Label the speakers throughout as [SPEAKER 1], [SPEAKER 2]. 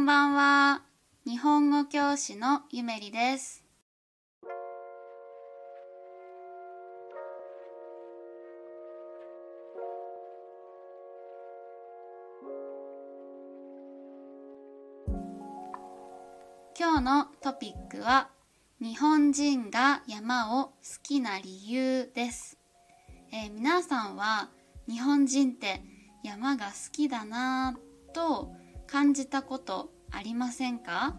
[SPEAKER 1] んばんは。日本語教師のゆめりです。今日のトピックは日本人が山を好きな理由です。皆さんは日本人って山が好きだなぁと感じたことありませんか？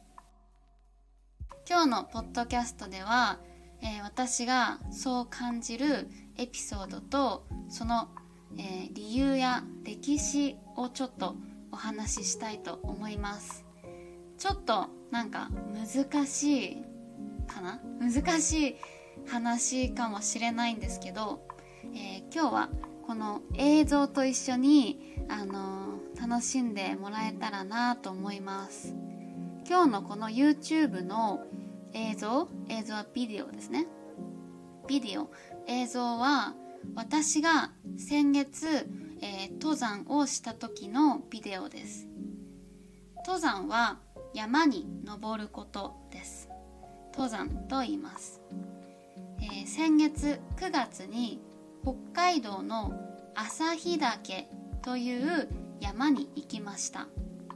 [SPEAKER 1] 今日のポッドキャストでは、私がそう感じるエピソードとその、理由や歴史をちょっとお話ししたいと思います。ちょっとなんか難しい話かもしれないんですけど、今日はこの映像と一緒に、楽しんでもらえたらなと思います。今日のこの YouTube の映像はビデオですね。映像は私が先月、登山をした時のビデオです。登山は山に登ることです。登山と言います。先月9月に北海道の旭岳という山に行きました。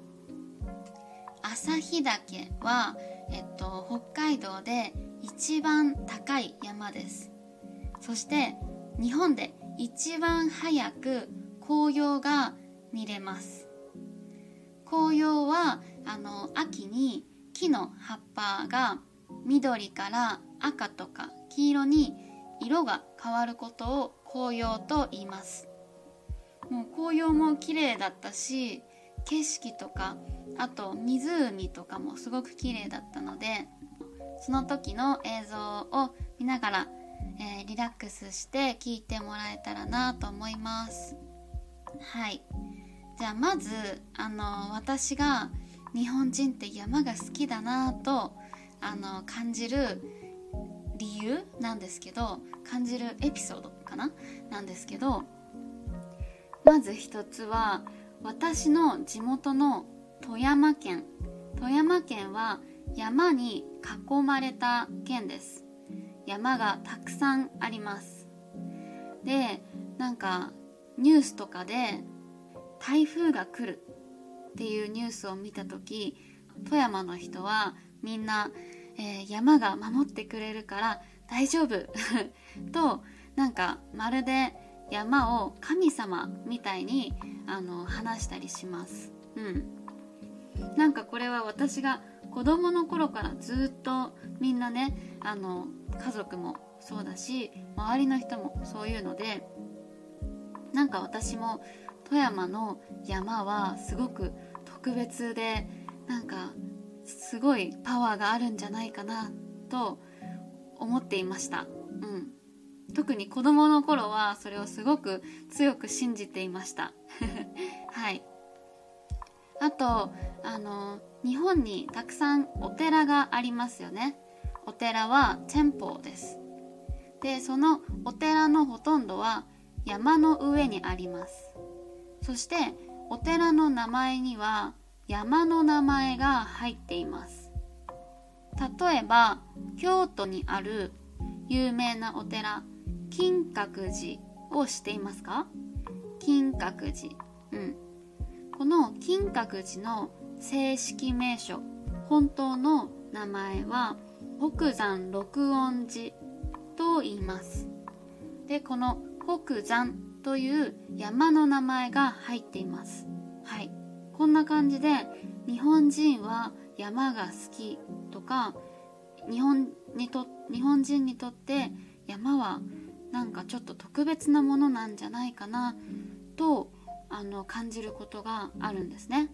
[SPEAKER 1] 旭岳は、北海道で一番高い山です。そして日本で一番早く紅葉が見れます。紅葉は秋に木の葉っぱが緑から赤とか黄色に色が変わることを紅葉と言います。もう紅葉も綺麗だったし、景色とかあと湖とかもすごく綺麗だったので、その時の映像を見ながら、リラックスして聞いてもらえたらなと思います。はい。じゃあまず私が日本人って山が好きだなと感じる理由なんですけど、感じるエピソードなんですけど、まず一つは私の地元の富山県は山に囲まれた県です。山がたくさんあります。で、なんかニュースとかで台風が来るっていうニュースを見たとき、富山の人はみんな、山が守ってくれるから大丈夫と、なんかまるで山を神様みたいに話したりします。なんかこれは私が子供の頃からずっとみんなね、家族もそうだし周りの人もそういうので、なんか私も富山の山はすごく特別で、なんかすごいパワーがあるんじゃないかなと思っていました。特に子供の頃はそれをすごく強く信じていましたはい。あと日本にたくさんお寺がありますよね。お寺は店舗です。で、そのお寺のほとんどは山の上にあります。そしてお寺の名前には山の名前が入っています。例えば京都にある有名なお寺、金閣寺を知っていますか？金閣寺。この金閣寺の正式名称、本当の名前は北山六恩寺と言います。で、この北山という山の名前が入っています。はい。こんな感じで日本人は山が好きとか、日本人にとって山はなんかちょっと特別なものなんじゃないかなと感じることがあるんですね。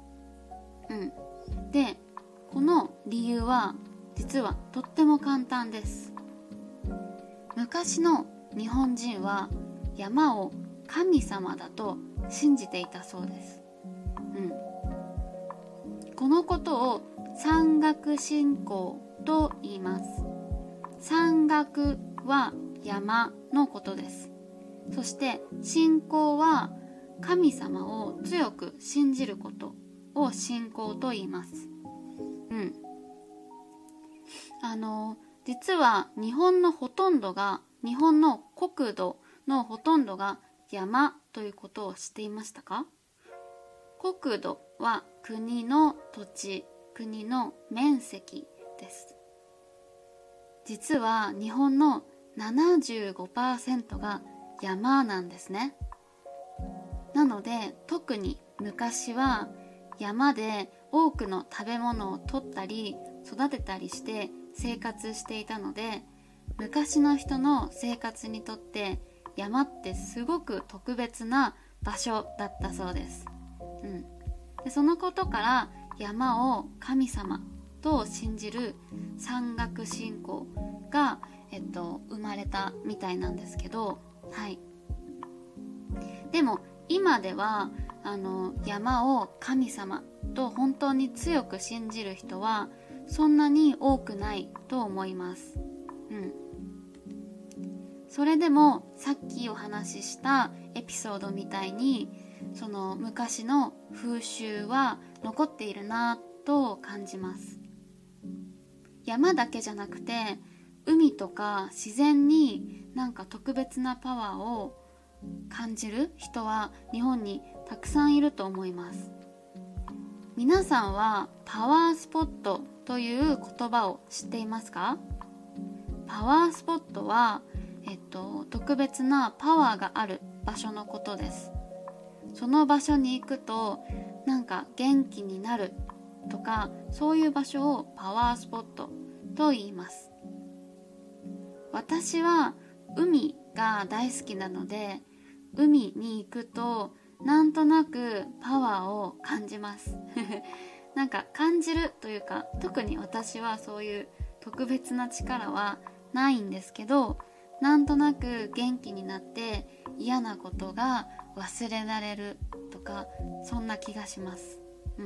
[SPEAKER 1] で、この理由は実はとっても簡単です。昔の日本人は山を神様だと信じていたそうです。このことを山岳信仰と言います。山岳は山のことです。そして信仰は神様を強く信じることを信仰と言います。実は日本の国土のほとんどが山ということを知っていましたか？国土は国の土地、国の面積です。実は日本の 75% が山なんですね。なので特に昔は山で多くの食べ物を取ったり育てたりして生活していたので、昔の人の生活にとって山ってすごく特別な場所だったそうです。でそのことから山を神様と信じる山岳信仰が、生まれたみたいなんですけど、でも今では山を神様と本当に強く信じる人はそんなに多くないと思います。それでもさっきお話ししたエピソードみたいにその昔の風習は残っているなと感じます。山だけじゃなくて海とか自然になんか特別なパワーを感じる人は日本にたくさんいると思います。皆さんはパワースポットという言葉を知っていますか？パワースポットは、特別なパワーがある場所のことです。その場所に行くとなんか元気になるとか、そういう場所をパワースポットと言います。私は海が大好きなので、海に行くとなんとなくパワーを感じますなんか感じるというか、特に私はそういう特別な力はないんですけど、なんとなく元気になって嫌なことが忘れられるとか、そんな気がします。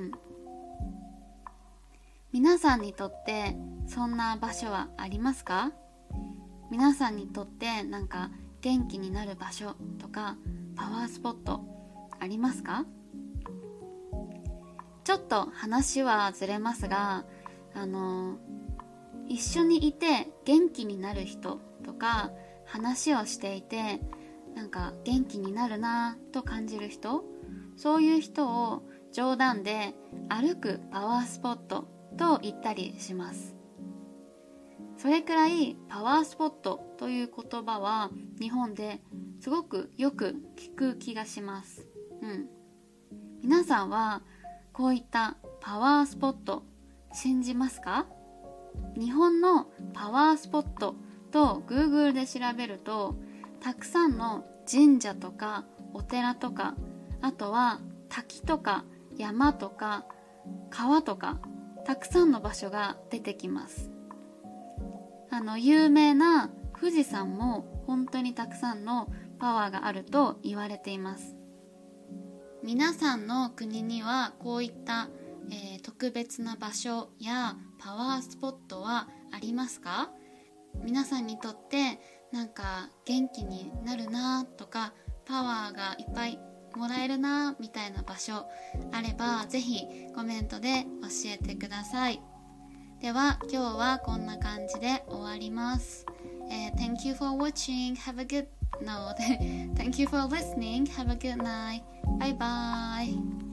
[SPEAKER 1] 皆さんにとってそんな場所はありますか？皆さんにとってなんか元気になる場所とかパワースポットありますか？ちょっと話はずれますが、一緒にいて元気になる人とか話をしていてなんか元気になるなと感じる人、そういう人を冗談で歩くパワースポットと言ったりします。それくらいパワースポットという言葉は日本ですごくよく聞く気がします。皆さんはこういったパワースポット信じますか？日本のパワースポットと Google で調べるとたくさんの神社とかお寺とか、あとは滝とか山とか川とかたくさんの場所が出てきます。有名な富士山も本当にたくさんのパワーがあると言われています。皆さんの国にはこういった、特別な場所やパワースポットはありますか？皆さんにとってなんか元気になるなとかパワーがいっぱいもらえるなみたいな場所あればぜひコメントで教えてください。では今日はこんな感じで終わります。Thank you for watching. Have a good... No. Thank you for listening. Have a good night. Bye bye.